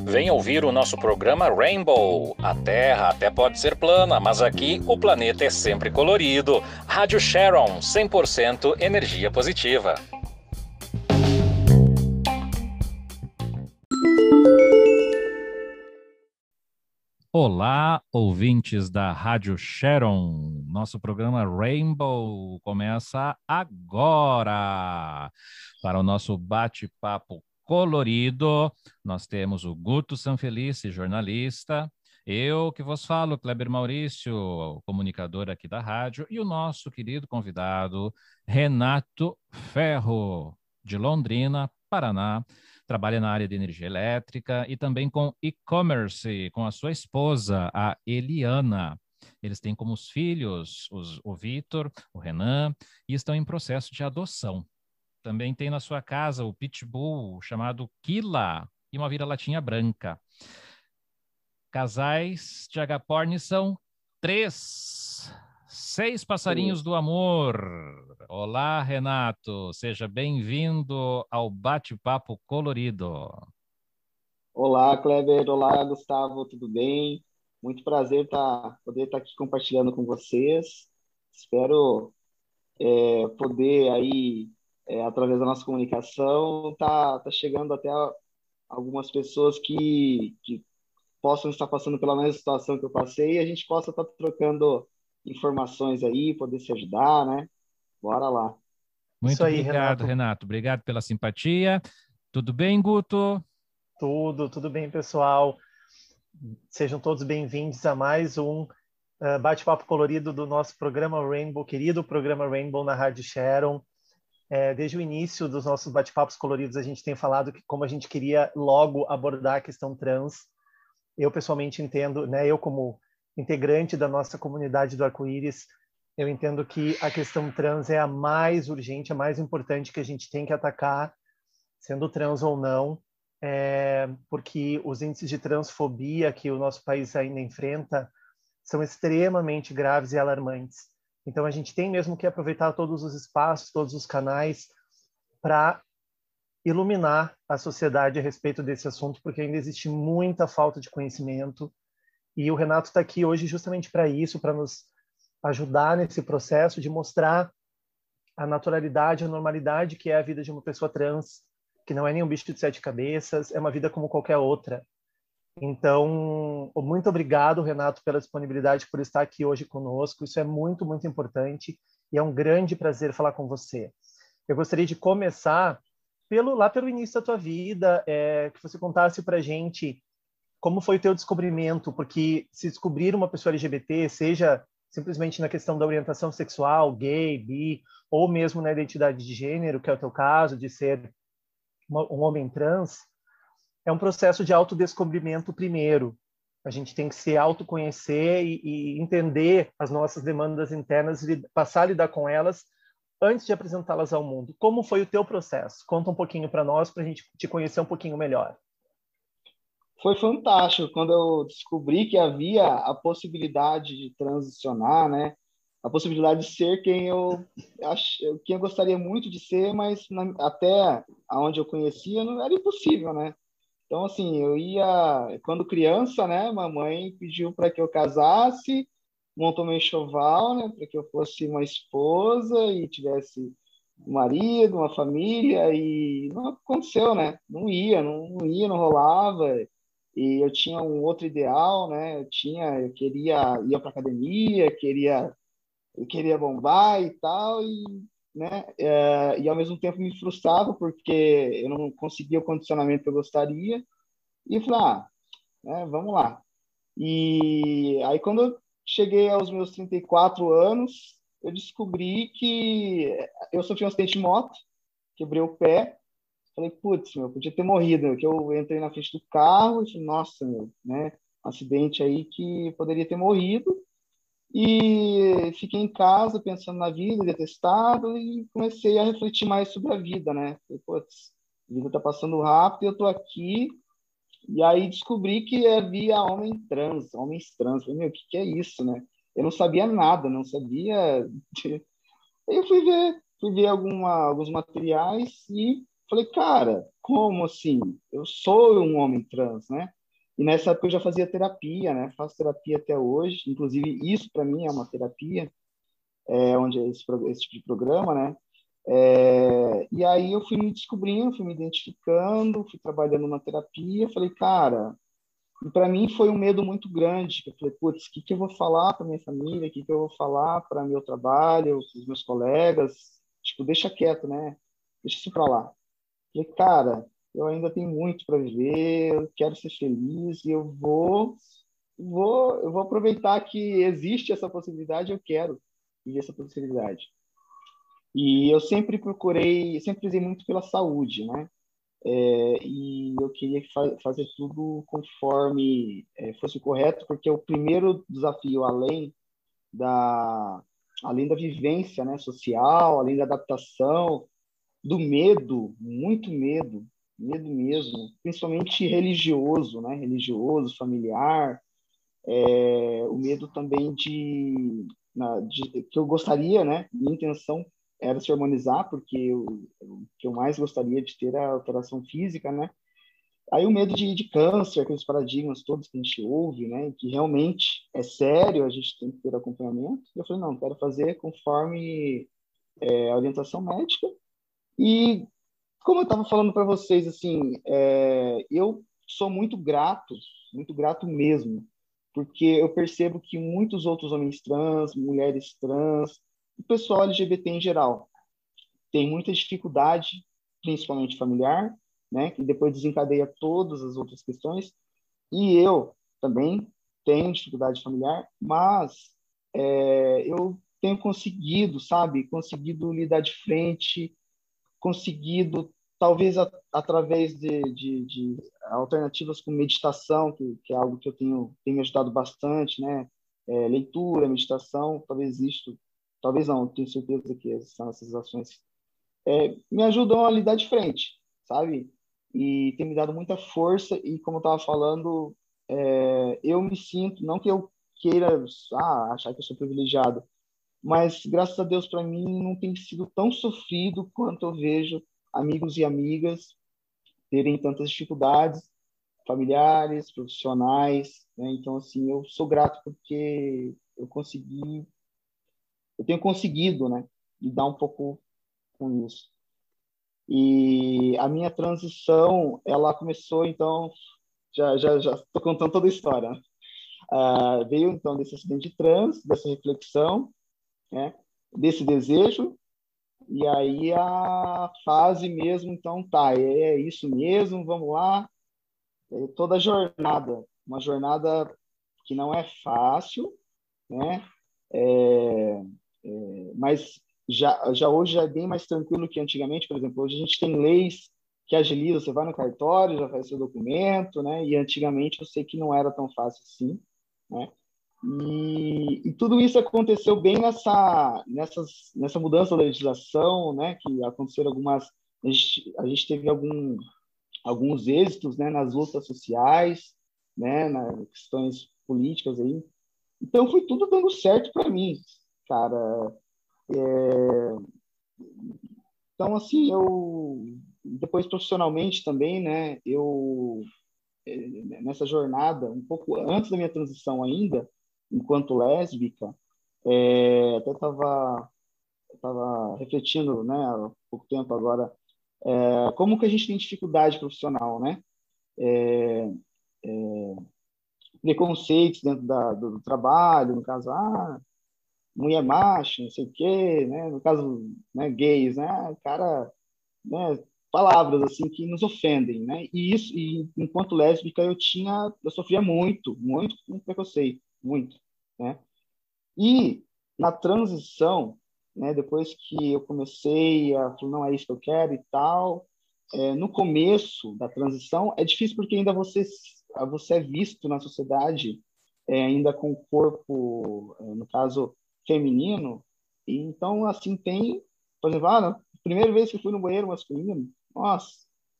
Venha ouvir o nosso programa Rainbow. A Terra até pode ser plana, mas aqui o planeta é sempre colorido. Rádio Sharon, 100% energia positiva. Olá, ouvintes da Rádio Sharon. Nosso programa Rainbow começa agora. Para o nosso bate-papo colorido, nós temos o Guto Sanfelice, jornalista, eu que vos falo, Kleber Maurício, comunicador aqui da rádio, e o nosso querido convidado, Renato Ferro, de Londrina, Paraná. Trabalha na área de energia elétrica e também com e-commerce, com a sua esposa, a Eliana. Eles têm como os filhos o Vitor, o Renan, e estão em processo de adoção. Também tem na sua casa o pitbull chamado Kila e uma vira-latinha branca. Casais de agaporni são 3. 6 passarinhos do amor. Olá, Renato. Seja bem-vindo ao Bate-Papo Colorido. Olá, Kleber. Olá, Gustavo. Tudo bem? Muito prazer poder estar aqui compartilhando com vocês. Espero poder aí, através da nossa comunicação, tá chegando até algumas pessoas que possam estar passando pela mesma situação que eu passei e a gente possa estar trocando informações aí, poder se ajudar, né? Bora lá. Muito Isso aí, obrigado, Renato. Obrigado pela simpatia. Tudo bem, Guto? Tudo bem, pessoal. Sejam todos bem-vindos a mais um bate-papo colorido do nosso programa Rainbow, querido programa Rainbow na Rádio Sharon. Desde o início dos nossos bate-papos coloridos, a gente tem falado que como a gente queria logo abordar a questão trans. Eu, pessoalmente, entendo, né, eu como integrante da nossa comunidade do Arco-Íris, eu entendo que a questão trans é a mais urgente, a mais importante que a gente tem que atacar, sendo trans ou não, porque os índices de transfobia que o nosso país ainda enfrenta são extremamente graves e alarmantes. Então, a gente tem mesmo que aproveitar todos os espaços, todos os canais para iluminar a sociedade a respeito desse assunto, porque ainda existe muita falta de conhecimento. E o Renato está aqui hoje justamente para isso, para nos ajudar nesse processo de mostrar a naturalidade, a normalidade que é a vida de uma pessoa trans, que não é nem um bicho de 7 cabeças, é uma vida como qualquer outra. Então, muito obrigado, Renato, pela disponibilidade, por estar aqui hoje conosco. Isso é muito, muito importante e é um grande prazer falar com você. Eu gostaria de começar pelo início da tua vida, que você contasse para a gente como foi o teu descobrimento, porque se descobrir uma pessoa LGBT, seja simplesmente na questão da orientação sexual, gay, bi, ou mesmo na identidade de gênero, que é o teu caso, de ser um homem trans, é um processo de autodescobrimento primeiro. A gente tem que se autoconhecer e entender as nossas demandas internas e passar a lidar com elas antes de apresentá-las ao mundo. Como foi o teu processo? Conta um pouquinho para nós, para a gente te conhecer um pouquinho melhor. Foi fantástico quando eu descobri que havia a possibilidade de transicionar, né? A possibilidade de ser quem eu gostaria muito de ser, mas até aonde eu conhecia não era impossível, né? Então, assim, quando criança, né? Mamãe pediu para que eu casasse, montou meu enxoval, né? Para que eu fosse uma esposa e tivesse um marido, uma família, e não aconteceu, né? Não ia, não rolava. E eu tinha um outro ideal, né? Eu queria ir para academia, eu queria bombar e tal, né? E ao mesmo tempo me frustrava porque eu não conseguia o condicionamento que eu gostaria. E falei, né, vamos lá. E aí quando eu cheguei aos meus 34 anos, eu descobri que eu sofri um acidente de moto, quebrei o pé. Falei, putz, meu, podia ter morrido. Que eu entrei na frente do carro e falei, nossa, meu, né? Um acidente aí que poderia ter morrido. E fiquei em casa pensando na vida, detestado, e comecei a refletir mais sobre a vida, né? Falei, putz, a vida tá passando rápido e eu tô aqui. E aí descobri que havia homens trans. Falei, meu, o que que é isso, né? Eu não sabia nada, não sabia. Aí eu fui ver alguns materiais e falei, cara, como assim? Eu sou um homem trans, né? E nessa época eu já fazia terapia, né? Faço terapia até hoje. Inclusive, isso para mim é uma terapia, onde é esse tipo de programa, né? E aí eu fui me descobrindo, fui me identificando, fui trabalhando na terapia. Falei, cara, e para mim foi um medo muito grande. Eu falei, putz, o que que eu vou falar para minha família? O que que eu vou falar para meu trabalho, para os meus colegas? Tipo, deixa quieto, né? Deixa isso para lá. Falei, cara, eu ainda tenho muito para viver, eu quero ser feliz e eu vou aproveitar que existe essa possibilidade, eu quero viver essa possibilidade. E eu sempre prezei muito pela saúde, né? E eu queria fazer tudo conforme fosse correto, porque o primeiro desafio, da, além da vivência, né, social, além da adaptação, do medo, muito medo mesmo, principalmente religioso, né, religioso, familiar, o medo também que eu gostaria, né, minha intenção era se harmonizar, porque o que eu mais gostaria de ter era a alteração física, né? Aí o medo de câncer, aqueles paradigmas todos que a gente ouve, né? Que realmente é sério, a gente tem que ter acompanhamento. Eu falei, não, quero fazer conforme a orientação médica. E como eu estava falando para vocês, assim, eu sou muito grato mesmo, porque eu percebo que muitos outros homens trans, mulheres trans, o pessoal LGBT em geral, tem muita dificuldade, principalmente familiar, né, que depois desencadeia todas as outras questões, e eu também tenho dificuldade familiar, mas eu tenho conseguido, sabe, conseguido lidar de frente, conseguido, talvez através de alternativas como meditação, que é algo que eu tenho me ajudado bastante, né, leitura, meditação, talvez isto, talvez não, tenho certeza que são essas ações me ajudam a lidar de frente, sabe? E tem me dado muita força e, como eu estava falando, eu me sinto, não que eu queira achar que eu sou privilegiado, mas graças a Deus para mim não tem sido tão sofrido quanto eu vejo amigos e amigas terem tantas dificuldades familiares, profissionais, né? Então assim, eu sou grato porque eu tenho conseguido, né, lidar um pouco com isso. E a minha transição, ela começou, então, já estou contando toda a história. Veio, então, desse acidente de trânsito, dessa reflexão, né, desse desejo, e aí a fase mesmo, então, tá, é isso mesmo, vamos lá. Toda a jornada, uma jornada que não é fácil, né, mas já hoje já é bem mais tranquilo que antigamente. Por exemplo, hoje a gente tem leis que agilizam, você vai no cartório, já faz seu documento, né? E antigamente eu sei que não era tão fácil assim, né? E tudo isso aconteceu bem nessa mudança da legislação, né? Que aconteceram a gente teve alguns êxitos, né? Nas lutas sociais, né? Nas questões políticas aí. Então foi tudo dando certo para mim, cara. Então, assim, eu depois profissionalmente também, né? Nessa jornada, um pouco antes da minha transição ainda, enquanto lésbica, até estava refletindo, né, há pouco tempo agora, como que a gente tem dificuldade profissional, né? Preconceitos dentro do trabalho, no caso, mulher macho, não sei o quê, né? No caso, né, gays, né? O cara, né? Palavras assim que nos ofendem, né? E enquanto lésbica eu sofria muito com preconceito, muito, né? E na transição, né? Depois que eu comecei a falar, não é isso que eu quero e tal, no começo da transição é difícil porque ainda você é visto na sociedade ainda com o corpo, no caso feminino, e então assim por exemplo, na primeira vez que eu fui no banheiro masculino, nossa,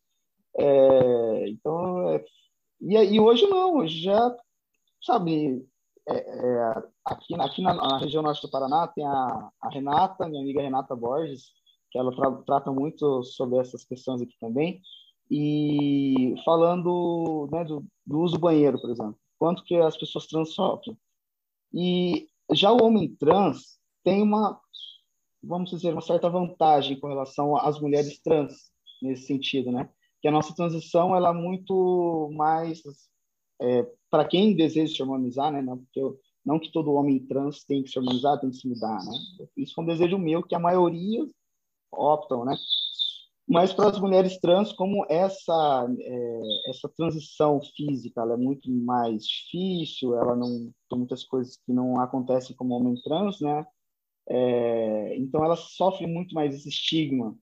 e hoje não, hoje já, sabe, aqui na região norte do Paraná tem a Renata, minha amiga Renata Borges, que ela trata muito sobre essas questões aqui também, E falando, né, do uso do banheiro, por exemplo, quanto que as pessoas trans sofrem. E já o homem trans tem vamos dizer, uma certa vantagem com relação às mulheres trans, nesse sentido, né? Que a nossa transição, ela é muito mais, para quem deseja se harmonizar, né? Não que todo homem trans tem que se harmonizar, tem que se mudar, né? Isso é um desejo meu, que a maioria optam, né? Mas para as mulheres trans, como essa transição física ela é muito mais difícil, ela não tem muitas coisas que não acontecem como homem trans, né? Então ela sofre muito mais esse estigma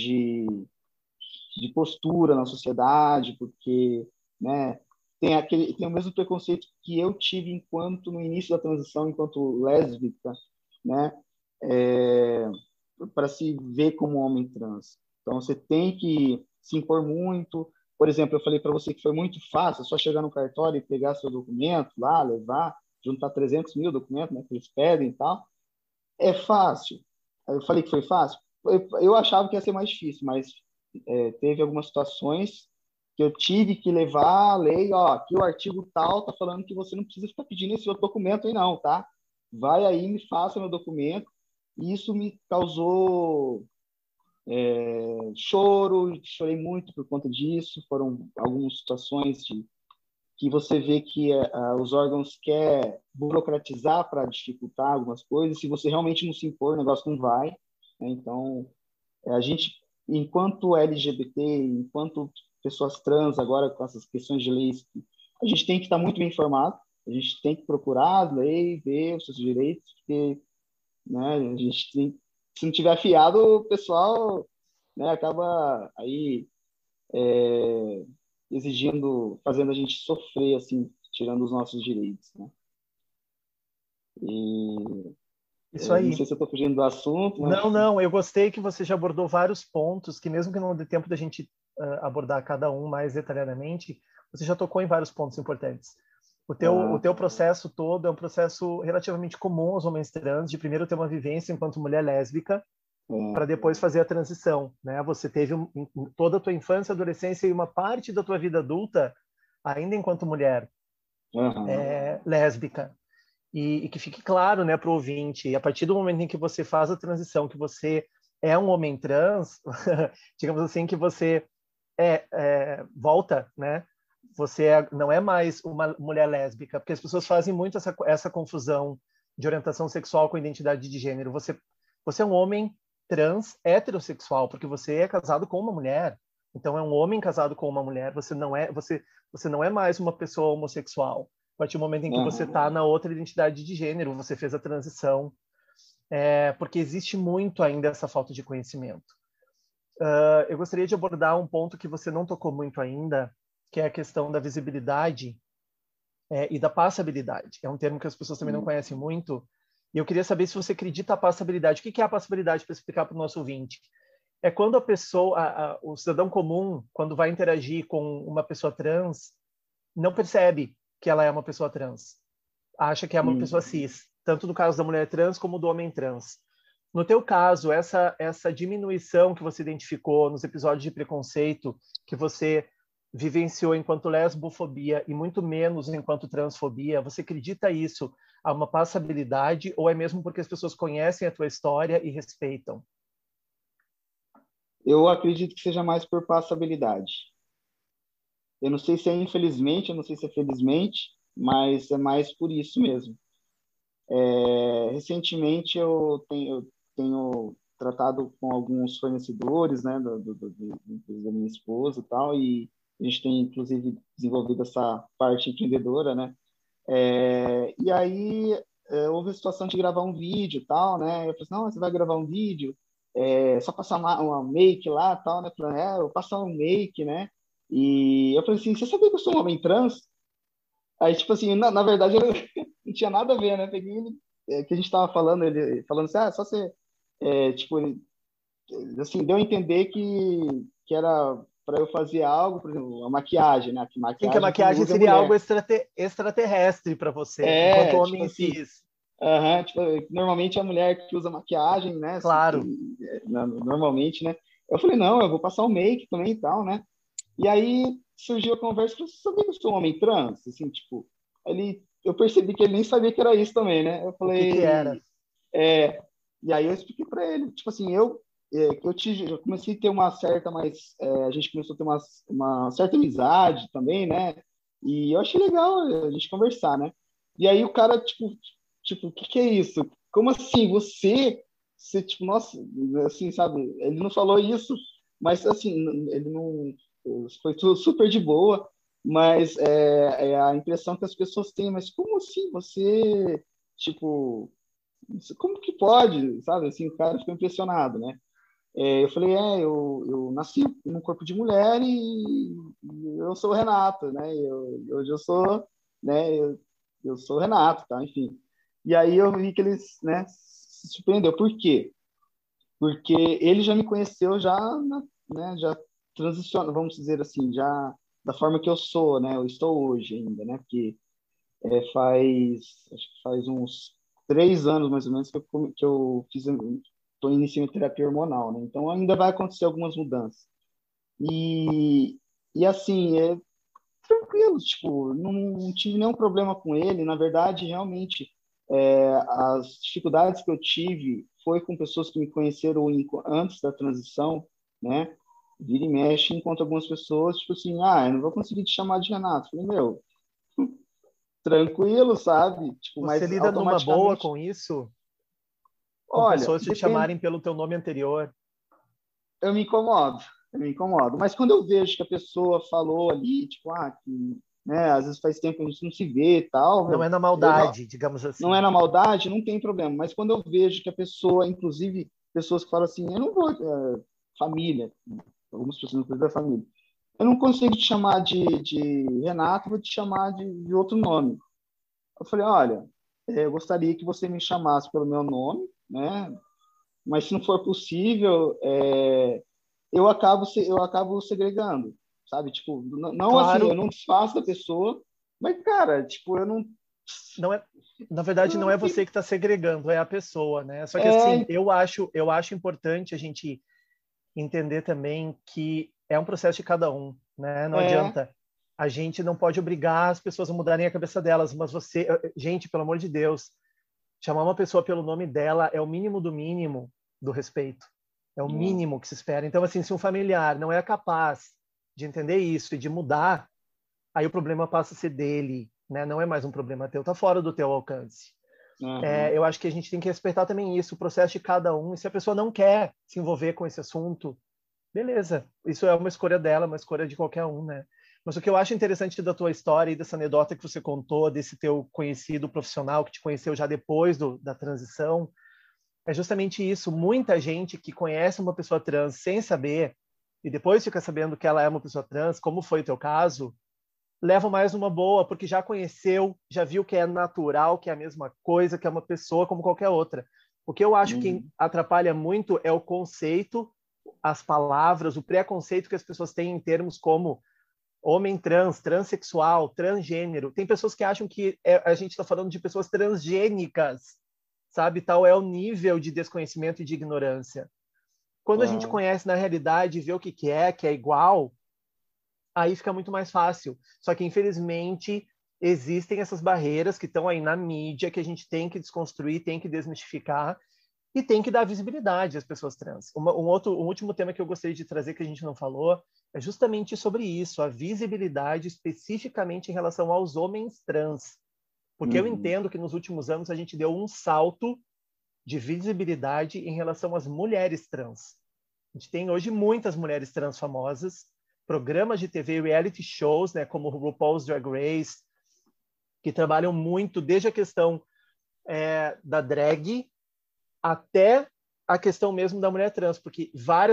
de postura na sociedade, porque, né, tem o mesmo preconceito que eu tive enquanto no início da transição, enquanto lésbica, né? Para se ver como homem trans. Então, você tem que se impor muito. Por exemplo, eu falei para você que foi muito fácil, é só chegar no cartório e pegar seu documento lá, levar, juntar 300 mil documentos, né, que eles pedem e tal. É fácil. Eu falei que foi fácil. Eu achava que ia ser mais difícil, mas teve algumas situações que eu tive que levar a lei, ó, aqui o artigo tal tá falando que você não precisa ficar pedindo esse outro documento aí não, tá? Vai aí, me faça meu documento. E isso me causou choro, chorei muito por conta disso. Foram algumas situações que você vê que os órgãos querem burocratizar para dificultar algumas coisas. Se você realmente não se impor, o negócio não vai, né? Então, a gente, enquanto LGBT, enquanto pessoas trans, agora com essas questões de leis, a gente tem que estar muito bem informado, a gente tem que procurar as leis, ver os seus direitos, porque, né, a gente tem, se não tiver afiado, o pessoal, né, acaba aí exigindo, fazendo a gente sofrer, assim, tirando os nossos direitos, né? E Isso não aí. sei se eu estou fugindo do assunto, mas... Não, eu gostei que você já abordou vários pontos, que mesmo que não dê tempo da gente abordar cada um mais detalhadamente, você já tocou em vários pontos importantes. O teu processo todo é um processo relativamente comum aos homens trans, de primeiro ter uma vivência enquanto mulher lésbica, para depois fazer a transição, né? Você teve toda a tua infância, adolescência e uma parte da tua vida adulta ainda enquanto mulher lésbica. E que fique claro, né, para o ouvinte, a partir do momento em que você faz a transição, que você é um homem trans, digamos assim, que você volta, né? Você não é mais uma mulher lésbica, porque as pessoas fazem muito essa confusão de orientação sexual com identidade de gênero. Você é um homem trans heterossexual, porque você é casado com uma mulher. Então é um homem casado com uma mulher. Você não é mais uma pessoa homossexual. A partir do momento em que você está na outra identidade de gênero, você fez a transição, porque existe muito ainda essa falta de conhecimento. Eu gostaria de abordar um ponto que você não tocou muito ainda, que é a questão da visibilidade e da passabilidade. É um termo que as pessoas também não conhecem muito, e eu queria saber se você acredita a passabilidade. O que é a passabilidade, para explicar para o nosso ouvinte? É quando a pessoa, o cidadão comum, quando vai interagir com uma pessoa trans, não percebe que ela é uma pessoa trans. Acha que é uma pessoa cis, tanto no caso da mulher trans como do homem trans. No teu caso, essa diminuição que você identificou nos episódios de preconceito que você vivenciou enquanto lesbofobia e muito menos enquanto transfobia, você acredita isso a uma passabilidade ou é mesmo porque as pessoas conhecem a tua história e respeitam? Eu acredito que seja mais por passabilidade. Eu não sei se é infelizmente, eu não sei se é felizmente, mas é mais por isso mesmo. Recentemente eu tenho tratado com alguns fornecedores, né, da minha esposa e tal, e a gente tem inclusive desenvolvido essa parte empreendedora, né? E aí houve a situação de gravar um vídeo e tal, né? Eu falei assim, não, você vai gravar um vídeo, só passar uma make lá e tal, né? Eu falei, eu vou passar um make, né? E eu falei assim, você sabia que eu sou um homem trans? Aí, tipo assim, na verdade, eu não tinha nada a ver, né? Peguei ele, que a gente tava falando, ele falando assim, só você, tipo, ele, assim, deu a entender que era para eu fazer algo, por exemplo, a maquiagem, né? Sim, que a maquiagem seria algo extraterrestre para você, enquanto homem tipo assim, cis. Tipo, normalmente é a mulher que usa maquiagem, né? Claro. Assim, normalmente, né? Eu falei, não, eu vou passar o make também e tal, né? E aí surgiu a conversa, falou, você sabia que eu sou um homem trans? Assim, tipo, eu percebi que ele nem sabia que era isso também, né? Eu O que que era? falei, e aí eu expliquei para ele, tipo assim, eu comecei a ter uma certa mais, a gente começou a ter uma certa amizade também, né? E eu achei legal a gente conversar, né? E aí o cara, tipo, o que que é isso? Como assim, você, tipo, nossa, assim, sabe? Ele não falou isso, mas assim, ele não, foi tudo super de boa, mas é a impressão que as pessoas têm, mas como assim você, tipo, como que pode, sabe? Assim, o cara ficou impressionado, né? Eu falei, eu nasci num corpo de mulher e eu sou o Renato, né? Hoje eu sou, né? Eu sou o Renato, tá? Enfim. E aí eu vi que eles, né, se surpreendeu. Por quê? Porque ele já me conheceu né? Já transiciona, vamos dizer assim, já da forma que eu sou, né? Eu estou hoje ainda, né? Porque acho que faz uns 3 anos mais ou menos que eu estou iniciando terapia hormonal, né? Então ainda vai acontecer algumas mudanças. E, e assim, tranquilo, tipo, não tive nenhum problema com ele. Na verdade, realmente, as dificuldades que eu tive foi com pessoas que me conheceram antes da transição, né? Vira e mexe, encontro algumas pessoas, tipo assim, eu não vou conseguir te chamar de Renato. Eu falei, meu, tranquilo, sabe? Tipo, Você mas lida numa boa automaticamente, com isso? Com olha, pessoas te depende, chamarem pelo teu nome anterior? eu me incomodo, eu me incomodo. Mas quando eu vejo que a pessoa falou ali, tipo, que, né, às vezes faz tempo que a gente não se vê e tal, Não é meu, na eu não, maldade, digamos não assim. é na maldade, não tem problema. Mas quando eu vejo que a pessoa, inclusive, pessoas que falam assim, eu não vou, família, algumas pessoas, inclusive da família, eu não consigo te chamar de Renato, vou te chamar de outro nome. Eu falei, olha, eu gostaria que você me chamasse pelo meu nome, né? Mas se não for possível, eu acabo segregando, sabe? Tipo, não assim, eu Claro, não desfaço da pessoa, mas, cara, tipo, eu não. não é, na verdade, não Eu é você fico, que está segregando, é a pessoa, né? Só que assim, é, eu acho importante a gente entender também que é um processo de cada um, né? Não é, adianta. A gente não pode obrigar as pessoas a mudarem a cabeça delas, mas você, gente, pelo amor de Deus, chamar uma pessoa pelo nome dela é o mínimo do mínimo do respeito. É o mínimo que se espera. Então, assim, se um familiar não é capaz de entender isso e de mudar, aí o problema passa a ser dele, né? Não é mais um problema teu, tá fora do teu alcance. aham, Eu acho que a gente tem que respeitar também isso, o processo de cada um. E se a pessoa não quer se envolver com esse assunto, beleza. Isso é uma escolha dela, uma escolha de qualquer um, né? Mas o que eu acho interessante da tua história e dessa anedota que você contou, desse teu conhecido profissional que te conheceu já depois da transição, é justamente isso. Muita gente que conhece uma pessoa trans sem saber e depois fica sabendo que ela é uma pessoa trans, como foi o teu caso, leva mais uma boa, porque já conheceu, já viu que é natural, que é a mesma coisa, que é uma pessoa como qualquer outra. O que eu acho que uhum, atrapalha muito é o conceito, as palavras, o preconceito que as pessoas têm em termos como homem trans, transexual, transgênero. Tem pessoas que acham que a gente está falando de pessoas transgênicas, sabe? Tal é o nível de desconhecimento e de ignorância. Quando a gente aham, conhece na realidade e vê o que é igual, aí fica muito mais fácil. Só que, infelizmente, existem essas barreiras que estão aí na mídia que a gente tem que desconstruir, tem que desmistificar e tem que dar visibilidade às pessoas trans. Um último tema que eu gostaria de trazer que a gente não falou é justamente sobre isso, a visibilidade especificamente em relação aos homens trans. Porque eu uhum, entendo que nos últimos anos a gente deu um salto de visibilidade em relação às mulheres trans. A gente tem hoje muitas mulheres trans famosas, programas de TV, reality shows, né, como o RuPaul's Drag Race, que trabalham muito desde a questão da drag até a questão mesmo da mulher trans, porque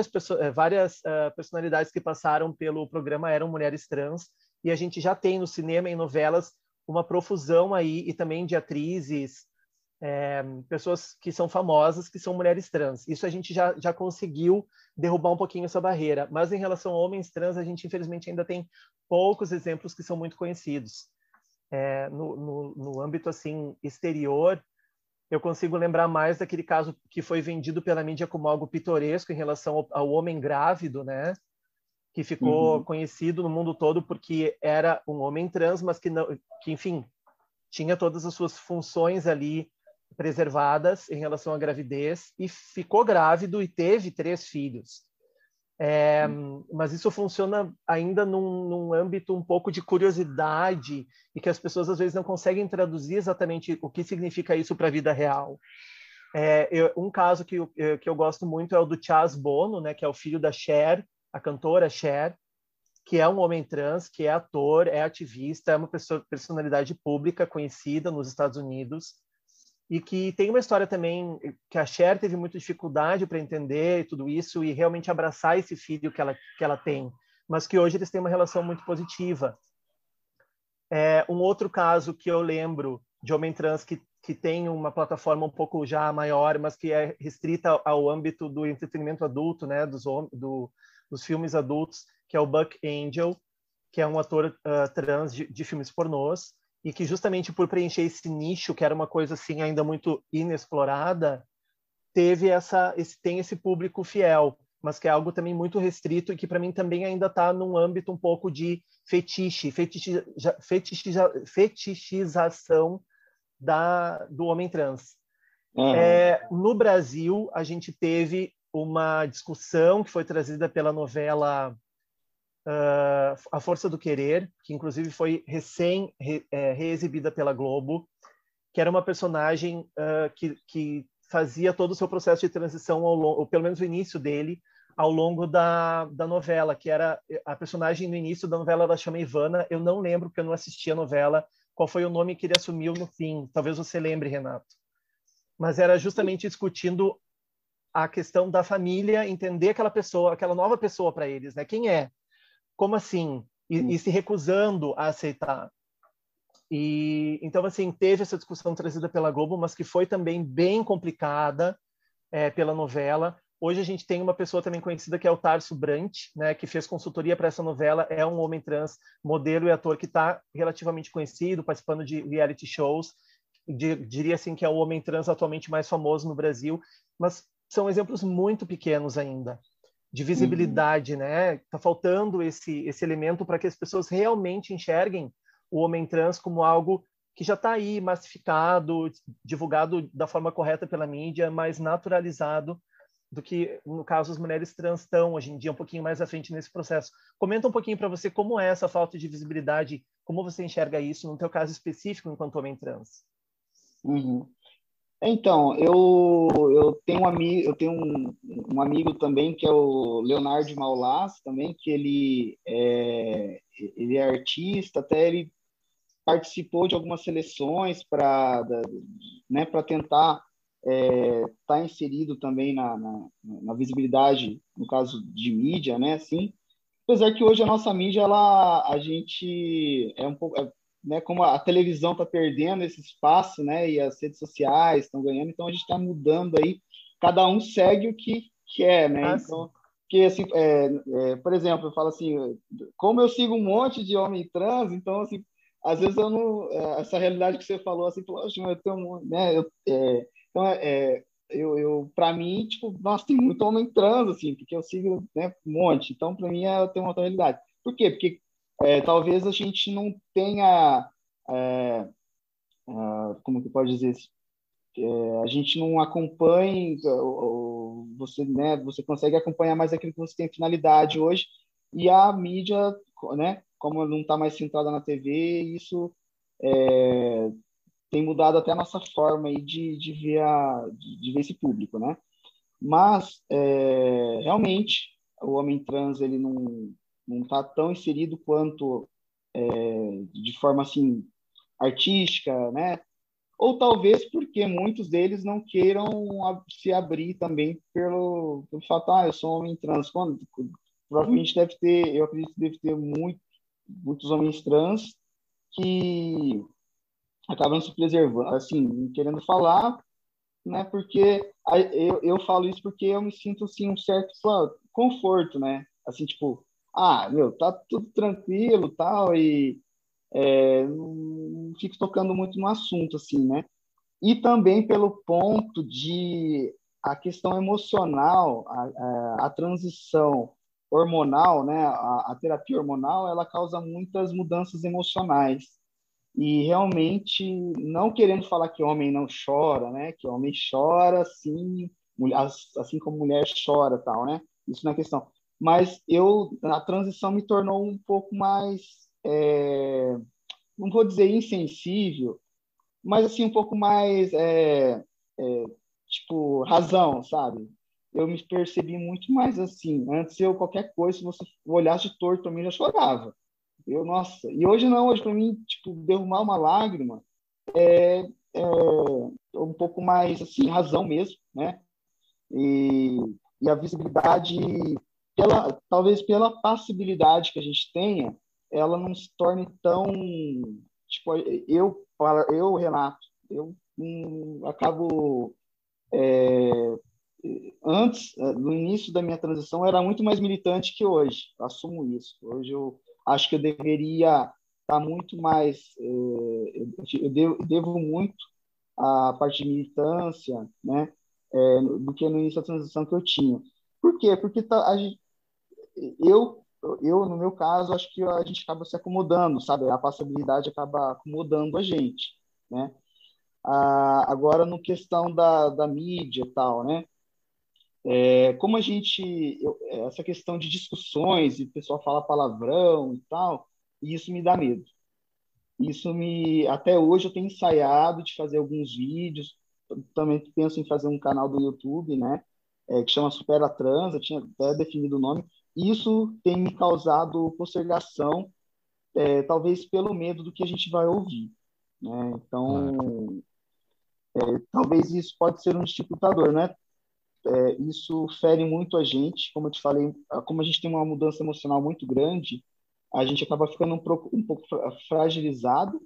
várias personalidades que passaram pelo programa eram mulheres trans, e a gente já tem no cinema e em novelas uma profusão aí, e também de atrizes, pessoas que são famosas, que são mulheres trans. Isso a gente já conseguiu derrubar um pouquinho essa barreira. Mas em relação a homens trans, a gente infelizmente ainda tem poucos exemplos que são muito conhecidos. No âmbito assim exterior, eu consigo lembrar mais daquele caso que foi vendido pela mídia como algo pitoresco em relação ao homem grávido, né? que ficou conhecido no mundo todo porque era um homem trans, mas que, não, que, enfim, tinha todas as suas funções ali preservadas em relação à gravidez e ficou grávido e teve 3 filhos. Mas isso funciona ainda num âmbito um pouco de curiosidade e que as pessoas às vezes não conseguem traduzir exatamente o que significa isso para a vida real. Um caso que eu gosto muito é o do Chaz Bono, né, que é o filho da Cher, a cantora Cher, que é um homem trans, que é ator, é ativista, é uma personalidade pública conhecida nos Estados Unidos e que tem uma história também que a Cher teve muita dificuldade para entender tudo isso e realmente abraçar esse filho que ela tem, mas que hoje eles têm uma relação muito positiva. Um outro caso que eu lembro de homem trans que tem uma plataforma um pouco já maior, mas que é restrita ao âmbito do entretenimento adulto, né, dos filmes adultos, que é o Buck Angel, que é um ator trans de filmes pornôs, e que justamente por preencher esse nicho, que era uma coisa assim ainda muito inexplorada, tem esse público fiel, mas que é algo também muito restrito e que para mim também ainda está num âmbito um pouco de fetichização do homem trans. No Brasil, a gente teve uma discussão que foi trazida pela novela A Força do Querer, que inclusive foi reexibida pela Globo, que era uma personagem que fazia todo o seu processo de transição, ou pelo menos o início dele, ao longo da novela, que era a personagem no início da novela, ela chama Ivana. Eu não lembro, porque eu não assisti a novela, qual foi o nome que ele assumiu no fim. Talvez você lembre, Renato. Mas era justamente discutindo a questão da família, entender aquela pessoa, aquela nova pessoa para eles, né? Quem é? Como assim? E se recusando a aceitar. E então, assim, teve essa discussão trazida pela Globo, mas que foi também bem complicada pela novela. Hoje a gente tem uma pessoa também conhecida que é o Tarso Brant, né, que fez consultoria para essa novela, é um homem trans, modelo e ator que está relativamente conhecido, participando de reality shows. Diria assim que é o homem trans atualmente mais famoso no Brasil, mas são exemplos muito pequenos ainda de visibilidade, né? Tá faltando esse elemento para que as pessoas realmente enxerguem o homem trans como algo que já está aí massificado, divulgado da forma correta pela mídia, mas naturalizado do que, no caso, as mulheres trans estão hoje em dia um pouquinho mais à frente nesse processo. Comenta um pouquinho para você como é essa falta de visibilidade, como você enxerga isso no teu caso específico enquanto homem trans. Então, eu tenho um amigo também que é o Leonardo Maulas também, que ele é artista, até ele participou de algumas seleções para tentar estar inserido também na visibilidade, no caso de mídia, né? Assim, apesar que hoje a nossa mídia, a gente é um pouco, né? Como a televisão está perdendo esse espaço, né? E as redes sociais estão ganhando, então a gente está mudando aí. Cada um segue o que quer, né? Então, que assim, por exemplo, eu falo assim, como eu sigo um monte de homem trans, então assim, às vezes eu não, essa realidade que você falou assim, poxa, eu tenho, né? Então, eu para mim, tipo, nossa, tem muito homem trans, assim, porque eu sigo, né, um monte. Então, para mim, eu tenho uma outra realidade. Por quê? Porque talvez a gente não tenha, como que pode dizer isso? A gente não acompanhe, você, né, você consegue acompanhar mais aquilo que você tem finalidade hoje, e a mídia, né, como não está mais centrada na TV, isso tem mudado até a nossa forma aí de ver esse público, né? Mas, realmente, o homem trans, ele não está tão inserido quanto de forma, assim, artística, né? Ou talvez porque muitos deles não queiram se abrir também pelo fato, eu sou um homem trans. Provavelmente eu acredito que deve ter muitos homens trans que acabam se preservando, assim, querendo falar, né? Porque eu falo isso porque eu me sinto, assim, um certo conforto, né? Assim, tipo, tá tudo tranquilo, tal, e não fico tocando muito no assunto, assim, né? E também pelo ponto de a questão emocional, a transição hormonal, né, a terapia hormonal, ela causa muitas mudanças emocionais. E realmente, não querendo falar que homem não chora, né, que homem chora, sim, assim como mulher chora, tal, né? Isso não é questão. Mas a transição me tornou um pouco mais, não vou dizer insensível, mas assim um pouco mais tipo razão, sabe? Eu me percebi muito mais assim. Antes eu qualquer coisa, se você olhasse torto para mim, eu já chorava. Nossa. E hoje não, hoje para mim, tipo, derramar uma lágrima é um pouco mais assim razão mesmo, né? E, e a visibilidade talvez pela passibilidade que a gente tenha, ela não se torne tão tipo eu Renato, eu acabo antes, no início da minha transição, eu era muito mais militante que hoje. Eu assumo isso. Hoje eu acho que eu deveria estar muito mais. Eu devo muito à parte de militância, né? Do que no início da transição que eu tinha. Por quê? Porque eu, no meu caso, acho que a gente acaba se acomodando, sabe? A passabilidade acaba acomodando a gente, né? Agora, no questão da mídia e tal, né? Como essa questão de discussões e o pessoal fala palavrão e tal, isso me dá medo. Até hoje eu tenho ensaiado de fazer alguns vídeos, também penso em fazer um canal do YouTube, né, que chama Supera Trans, eu tinha até definido o nome. Isso tem me causado postergação, talvez pelo medo do que a gente vai ouvir, né? Então, Claro. talvez isso pode ser um dificultador, né? Isso fere muito a gente, como eu te falei, como a gente tem uma mudança emocional muito grande, a gente acaba ficando um pouco fragilizado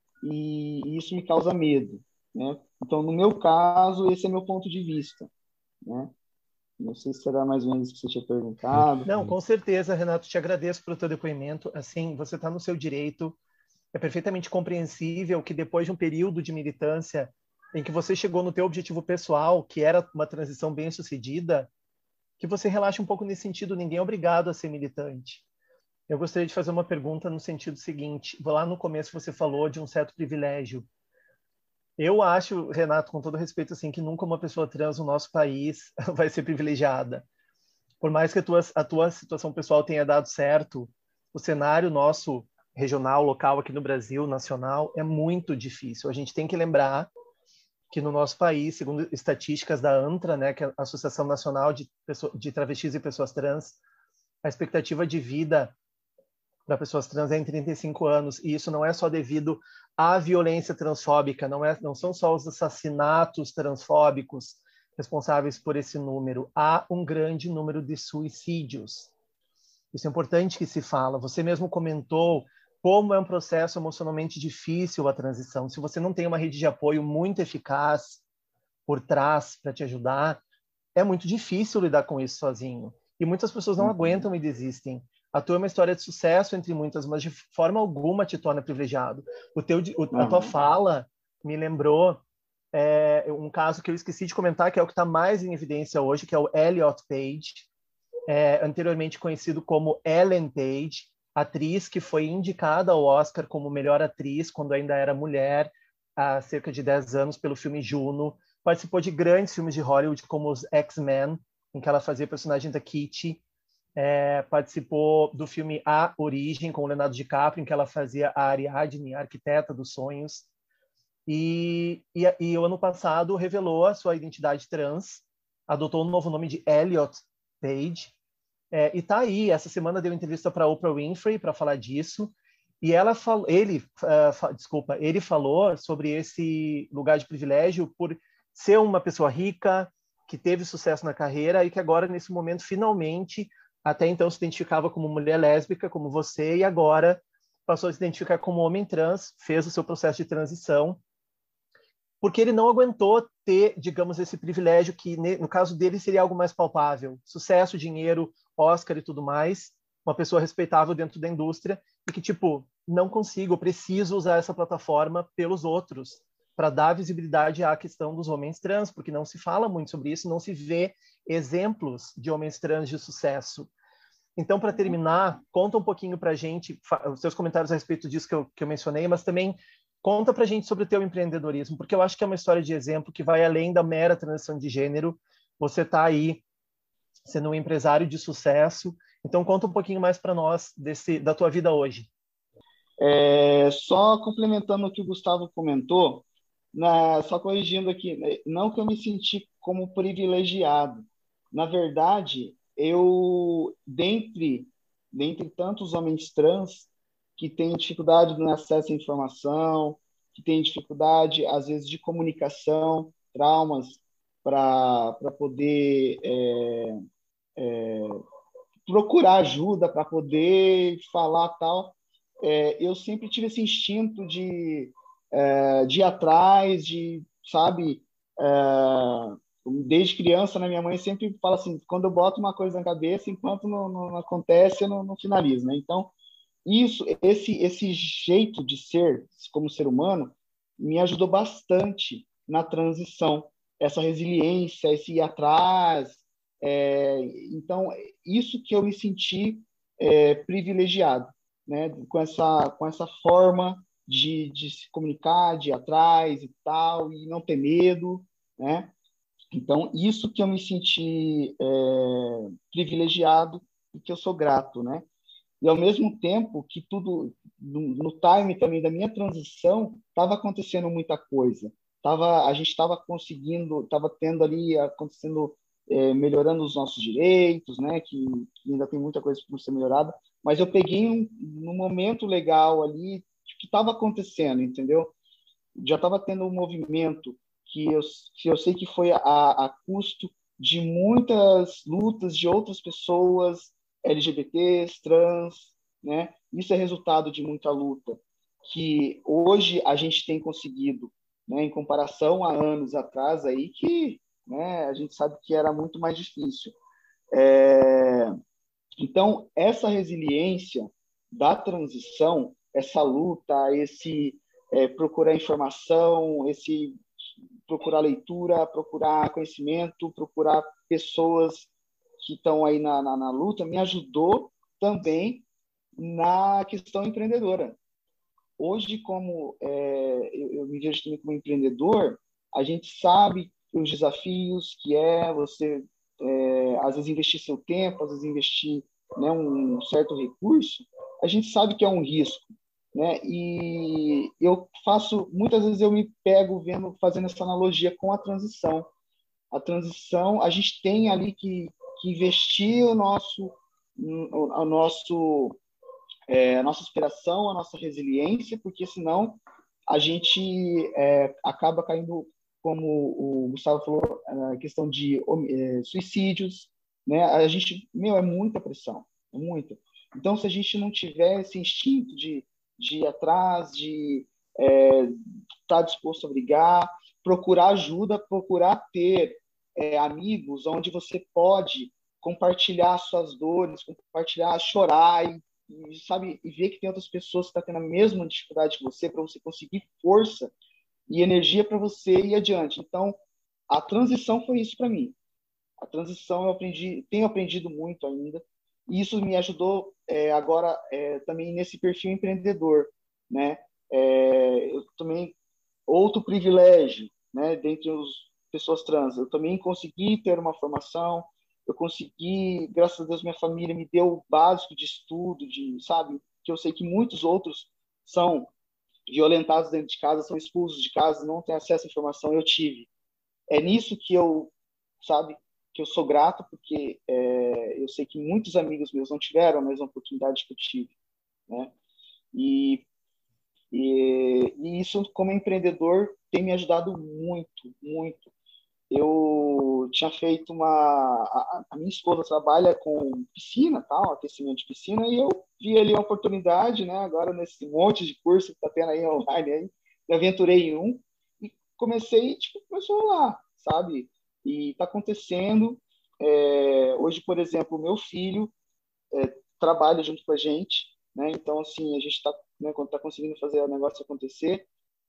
e isso me causa medo, né? Então, no meu caso, esse é meu ponto de vista, né? Não sei se será mais ou menos isso que você tinha perguntado. Não, com certeza, Renato, te agradeço pelo teu depoimento. Assim, você está no seu direito. É perfeitamente compreensível que depois de um período de militância em que você chegou no teu objetivo pessoal, que era uma transição bem-sucedida, que você relaxe um pouco nesse sentido. Ninguém é obrigado a ser militante. Eu gostaria de fazer uma pergunta no sentido seguinte. Lá no começo você falou de um certo privilégio. Eu acho, Renato, com todo respeito, assim, que nunca uma pessoa trans no nosso país vai ser privilegiada. Por mais que a tua situação pessoal tenha dado certo, o cenário nosso regional, local aqui no Brasil, nacional, é muito difícil. A gente tem que lembrar que no nosso país, segundo estatísticas da ANTRA, né, que é a Associação Nacional de Travestis e Pessoas Trans, a expectativa de vida para pessoas trans é em 35 anos, e isso não é só devido à violência transfóbica, não são só os assassinatos transfóbicos responsáveis por esse número, há um grande número de suicídios. Isso é importante que se fala. Você mesmo comentou como é um processo emocionalmente difícil a transição. Se você não tem uma rede de apoio muito eficaz por trás para te ajudar, é muito difícil lidar com isso sozinho. E muitas pessoas não aguentam e desistem. A tua é uma história de sucesso entre muitas, mas de forma alguma te torna privilegiado. A tua fala me lembrou um caso que eu esqueci de comentar, que é o que está mais em evidência hoje, que é o Elliot Page, anteriormente conhecido como Ellen Page, atriz que foi indicada ao Oscar como melhor atriz quando ainda era mulher, há cerca de 10 anos, pelo filme Juno. Participou de grandes filmes de Hollywood, como os X-Men, em que ela fazia a personagem da Kitty. Participou do filme A Origem, com o Leonardo DiCaprio, em que ela fazia a Ariadne, a arquiteta dos sonhos. E o ano passado revelou a sua identidade trans, adotou um novo nome de Elliot Page, e tá aí. Essa semana deu entrevista para Oprah Winfrey para falar disso, e ele falou sobre esse lugar de privilégio por ser uma pessoa rica, que teve sucesso na carreira e que agora, nesse momento, finalmente, até então se identificava como mulher lésbica, como você, e agora passou a se identificar como homem trans, fez o seu processo de transição, porque ele não aguentou ter, digamos, esse privilégio que, no caso dele, seria algo mais palpável. Sucesso, dinheiro, Oscar e tudo mais, uma pessoa respeitável dentro da indústria, e que, tipo, não consigo, preciso usar essa plataforma pelos outros, para dar visibilidade à questão dos homens trans, porque não se fala muito sobre isso, não se vê exemplos de homens trans de sucesso. Então, para terminar, conta um pouquinho para a gente, os seus comentários a respeito disso que eu mencionei, mas também conta para a gente sobre o teu empreendedorismo, porque eu acho que é uma história de exemplo que vai além da mera transição de gênero. Você está aí sendo um empresário de sucesso. Então, conta um pouquinho mais para nós da tua vida hoje. Só complementando o que o Gustavo comentou, só corrigindo aqui, não que eu me senti como privilegiado. Na verdade, dentre tantos homens trans que têm dificuldade no acesso à informação, que têm dificuldade, às vezes, de comunicação, traumas para poder procurar ajuda, para poder falar tal, eu sempre tive esse instinto de ir atrás, sabe, desde criança, né, minha mãe sempre fala assim, quando eu boto uma coisa na cabeça, enquanto não acontece, eu não finalizo, né? Então, esse jeito de ser, como ser humano, me ajudou bastante na transição, essa resiliência, esse ir atrás. Então, isso que eu me senti privilegiado, né? Com essa forma de se comunicar, de ir atrás e tal, e não ter medo, né? Então, isso que eu me senti privilegiado e que eu sou grato, né? E, ao mesmo tempo que tudo, no time também da minha transição, estava acontecendo muita coisa. A gente estava conseguindo, estava tendo ali, acontecendo, melhorando os nossos direitos, né? Que ainda tem muita coisa para ser melhorada. Mas eu peguei num momento legal ali que estava acontecendo, entendeu? Já estava tendo um movimento que eu sei que foi a custo de muitas lutas de outras pessoas, LGBTs, trans, né? Isso é resultado de muita luta que hoje a gente tem conseguido, né? Em comparação a anos atrás aí que, né? A gente sabe que era muito mais difícil. Então, essa resiliência da transição, essa luta, esse procurar informação, esse procurar leitura, procurar conhecimento, procurar pessoas que estão aí na luta, me ajudou também na questão empreendedora. Hoje, como eu me vejo também como empreendedor, a gente sabe os desafios que você, às vezes, investir seu tempo, às vezes, investir, né, um certo recurso, a gente sabe que é um risco, né? E muitas vezes eu me pego fazendo essa analogia com a transição. A transição, a gente tem ali que investir a nossa inspiração, a nossa resiliência, porque senão a gente acaba caindo, como o Gustavo falou, a questão de suicídios, né? A gente, é muita pressão, é muita. Então, se a gente não tiver esse instinto de ir atrás, de estar disposto a brigar, procurar ajuda, procurar ter amigos onde você pode compartilhar suas dores, compartilhar, chorar sabe, e ver que tem outras pessoas que estão tendo a mesma dificuldade que você, para você conseguir força e energia para você ir adiante. Então, a transição foi isso para mim. A transição tenho aprendido muito ainda, e isso me ajudou agora também nesse perfil empreendedor, né? Eu também, outro privilégio, né, dentre as pessoas trans, eu também consegui ter uma formação, eu consegui, graças a Deus, minha família me deu o básico de estudo, sabe, que eu sei que muitos outros são violentados dentro de casa, são expulsos de casa, não têm acesso à informação, eu tive. É nisso que sabe, que eu sou grato, porque eu sei que muitos amigos meus não tiveram a mesma oportunidade que eu tive, né? E isso, como empreendedor, tem me ajudado muito, muito. Eu tinha feito a minha esposa trabalha com piscina, tal, aquecimento de piscina, e eu vi ali a oportunidade, né, agora nesse monte de curso que está tendo aí online, aí, me aventurei em um e comecei, começou lá, sabe? E está acontecendo. Hoje, por exemplo, o meu filho trabalha junto com a gente, né? Então, assim, a gente está, né, tá conseguindo fazer o negócio acontecer,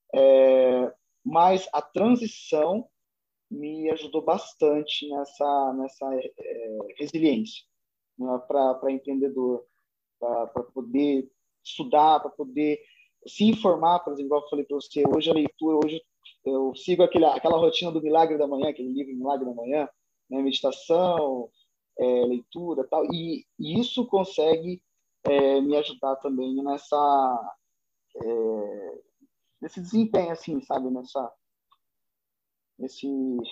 mas a transição me ajudou bastante nessa resiliência. para empreendedor, para poder estudar, para poder se informar, por exemplo, igual eu falei para você, hoje a leitura, hoje eu sigo aquela rotina do Milagre da Manhã, aquele livro Milagre da Manhã, né, meditação, leitura, tal, e isso consegue me ajudar também nesse desempenho, assim, sabe, nesse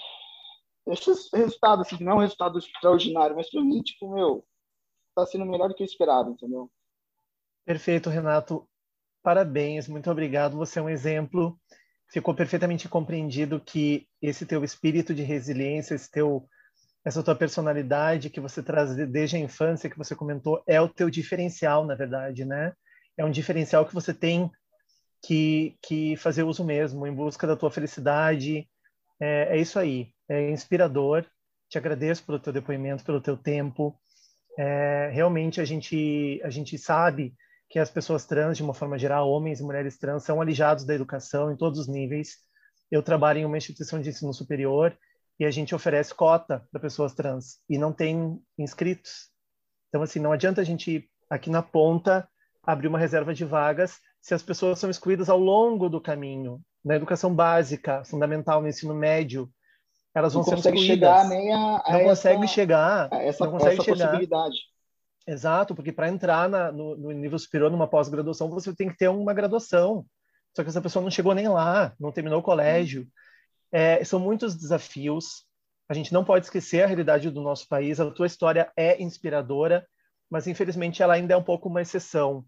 esses resultados, assim, não é um resultado extraordinário, mas para mim, tipo, tá sendo melhor do que eu esperava, entendeu? Perfeito, Renato. Parabéns, muito obrigado. Você é um exemplo. Ficou perfeitamente compreendido que esse teu espírito de resiliência, essa tua personalidade que você traz desde a infância, que você comentou, é o teu diferencial, na verdade, né? É um diferencial que você tem que fazer uso mesmo, em busca da tua felicidade. É isso aí, é inspirador. Te agradeço pelo teu depoimento, pelo teu tempo. Realmente a gente sabe que as pessoas trans, de uma forma geral, homens e mulheres trans, são alijados da educação em todos os níveis. Eu trabalho em uma instituição de ensino superior e a gente oferece cota para pessoas trans e não tem inscritos. Então, assim, não adianta a gente, aqui na ponta, abrir uma reserva de vagas se as pessoas são excluídas ao longo do caminho. Na educação básica, fundamental, no ensino médio, elas vão ser excluídas. Chegar nem não consegue chegar. Não consegue essa chegar. Possibilidade. Exato, porque para entrar no nível superior, numa pós-graduação, você tem que ter uma graduação. Só que essa pessoa não chegou nem lá, não terminou o colégio. São muitos desafios. A gente não pode esquecer a realidade do nosso país. A tua história é inspiradora, mas infelizmente ela ainda é um pouco uma exceção.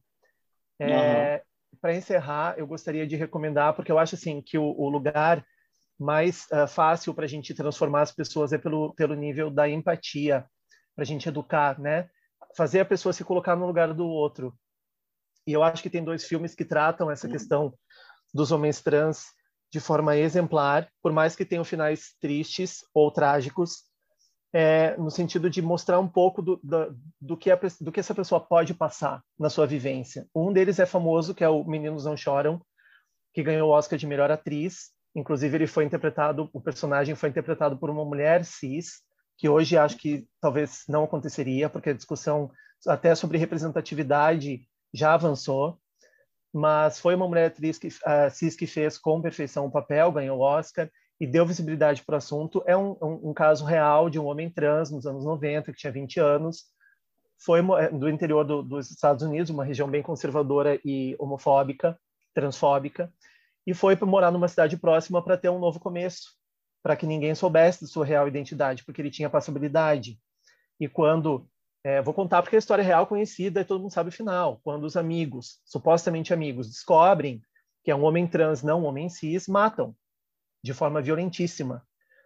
Para encerrar, eu gostaria de recomendar, porque eu acho assim que o lugar mais fácil para a gente transformar as pessoas é pelo nível da empatia, para a gente educar, né? Fazer a pessoa se colocar no lugar do outro. E eu acho que tem 2 filmes que tratam essa questão dos homens trans de forma exemplar, por mais que tenham finais tristes ou trágicos, no sentido de mostrar um pouco do que essa pessoa pode passar na sua vivência. Um deles é famoso, que é o Meninos Não Choram, que ganhou o Oscar de melhor atriz. Inclusive, o personagem foi interpretado por uma mulher cis, que hoje acho que talvez não aconteceria, porque a discussão até sobre representatividade já avançou, mas foi uma mulher atriz cis que fez com perfeição o papel, ganhou o Oscar e deu visibilidade para o assunto. É um caso real de um homem trans nos anos 90, que tinha 20 anos, foi do interior dos Estados Unidos, uma região bem conservadora e homofóbica, transfóbica, e foi para morar numa cidade próxima para ter um novo começo, para que ninguém soubesse de sua real identidade, porque ele tinha passabilidade. E quando... vou contar porque a história é real, conhecida, e todo mundo sabe o final. Quando os amigos, supostamente amigos, descobrem que é um homem trans, não um homem cis, matam de forma violentíssima.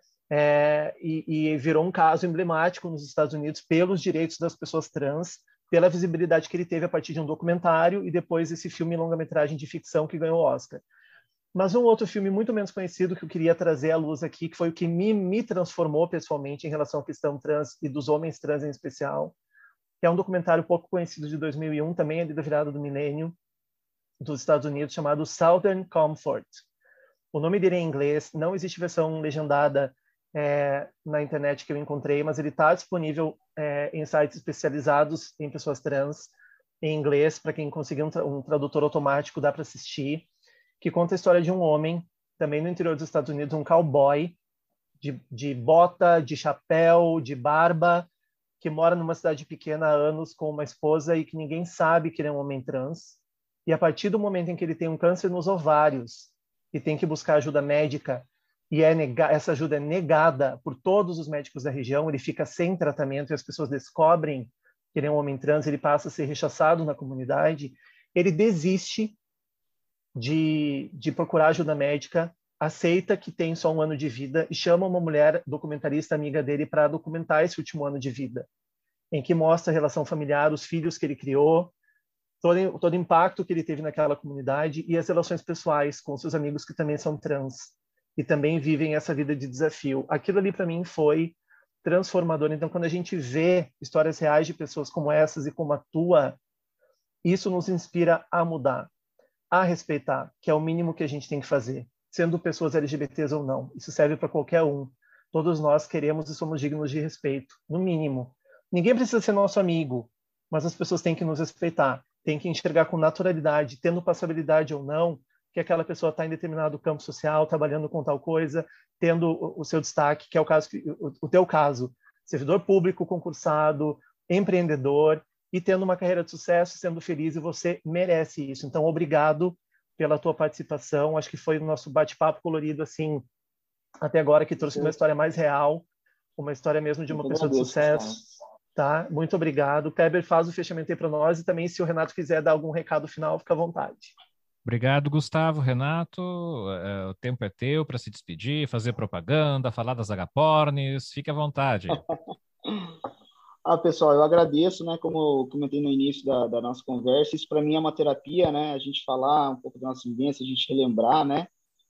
E virou um caso emblemático nos Estados Unidos pelos direitos das pessoas trans, pela visibilidade que ele teve a partir de um documentário e depois esse filme longa-metragem de ficção que ganhou o Oscar. Mas um outro filme muito menos conhecido que eu queria trazer à luz aqui, que foi o que me transformou pessoalmente em relação à questão trans e dos homens trans em especial, que é um documentário pouco conhecido de 2001, também ali da virada do milênio, dos Estados Unidos, chamado Southern Comfort. O nome dele é em inglês, não existe versão legendada na internet que eu encontrei, mas ele está disponível em sites especializados em pessoas trans, em inglês, para quem conseguir um tradutor automático, dá para assistir, que conta a história de um homem, também no interior dos Estados Unidos, um cowboy, de bota, de chapéu, de barba, que mora numa cidade pequena há anos com uma esposa e que ninguém sabe que ele é um homem trans. E a partir do momento em que ele tem um câncer nos ovários e tem que buscar ajuda médica, e essa ajuda é negada por todos os médicos da região, ele fica sem tratamento e as pessoas descobrem que ele é um homem trans, ele passa a ser rechaçado na comunidade, ele desiste de procurar ajuda médica, aceita que tem só 1 ano de vida e chama uma mulher documentarista amiga dele para documentar esse último ano de vida, em que mostra a relação familiar, os filhos que ele criou, todo o impacto que ele teve naquela comunidade e as relações pessoais com seus amigos que também são trans e também vivem essa vida de desafio. Aquilo ali para mim foi transformador. Então, quando a gente vê histórias reais de pessoas como essas e como a tua, isso nos inspira a mudar, a respeitar, que é o mínimo que a gente tem que fazer, sendo pessoas LGBTs ou não. Isso serve para qualquer um. Todos nós queremos e somos dignos de respeito, no mínimo. Ninguém precisa ser nosso amigo, mas as pessoas têm que nos respeitar, têm que enxergar com naturalidade, tendo passabilidade ou não, que aquela pessoa está em determinado campo social, trabalhando com tal coisa, tendo o seu destaque, que é o caso, o teu caso, servidor público, concursado, empreendedor, e tendo uma carreira de sucesso, sendo feliz, e você merece isso. Então, obrigado pela tua participação. Acho que foi o nosso bate-papo colorido, assim, até agora, que trouxe uma história mais real, uma história mesmo de uma pessoa de sucesso. Tá? Muito obrigado. O Kleber faz o fechamento aí para nós, e também, se o Renato quiser dar algum recado final, fica à vontade. Obrigado, Gustavo, Renato. O tempo é teu para se despedir, fazer propaganda, falar das agapornis. Fique à vontade. Pessoal, eu agradeço, né? Como eu comentei no início da nossa conversa, isso para mim é uma terapia, né? A gente falar um pouco da nossa vivência, a gente relembrar, né?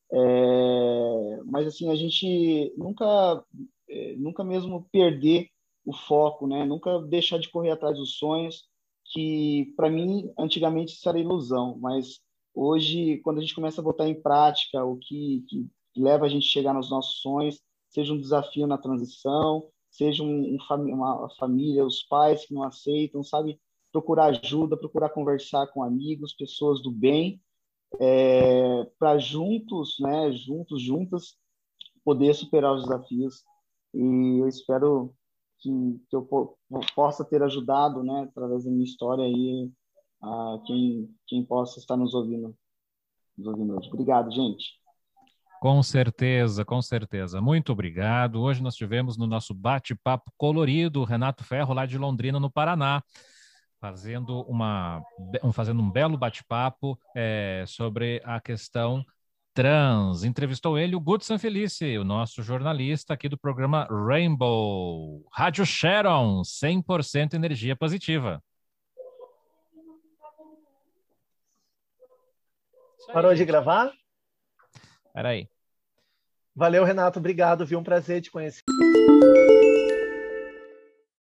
Mas assim, a gente nunca mesmo perder o foco, né? Nunca deixar de correr atrás dos sonhos, que para mim antigamente isso era ilusão, mas hoje, quando a gente começa a botar em prática o que leva a gente a chegar nos nossos sonhos, seja um desafio na transição, seja uma família, os pais que não aceitam, sabe? Procurar ajuda, procurar conversar com amigos, pessoas do bem, para juntos, né? Juntas, poder superar os desafios. E eu espero que eu possa ter ajudado, né? Através da minha história aí, a quem possa estar nos ouvindo hoje. Obrigado, gente. Com certeza, com certeza. Muito obrigado. Hoje nós tivemos no nosso bate-papo colorido o Renato Ferro, lá de Londrina, no Paraná, fazendo um belo bate-papo sobre a questão trans. Entrevistou ele o Guto Sanfelice, o nosso jornalista aqui do programa Rainbow. Rádio Sharon, 100% energia positiva. Parou de gravar? Peraí. Valeu, Renato. Obrigado. Viu? Um prazer te conhecer.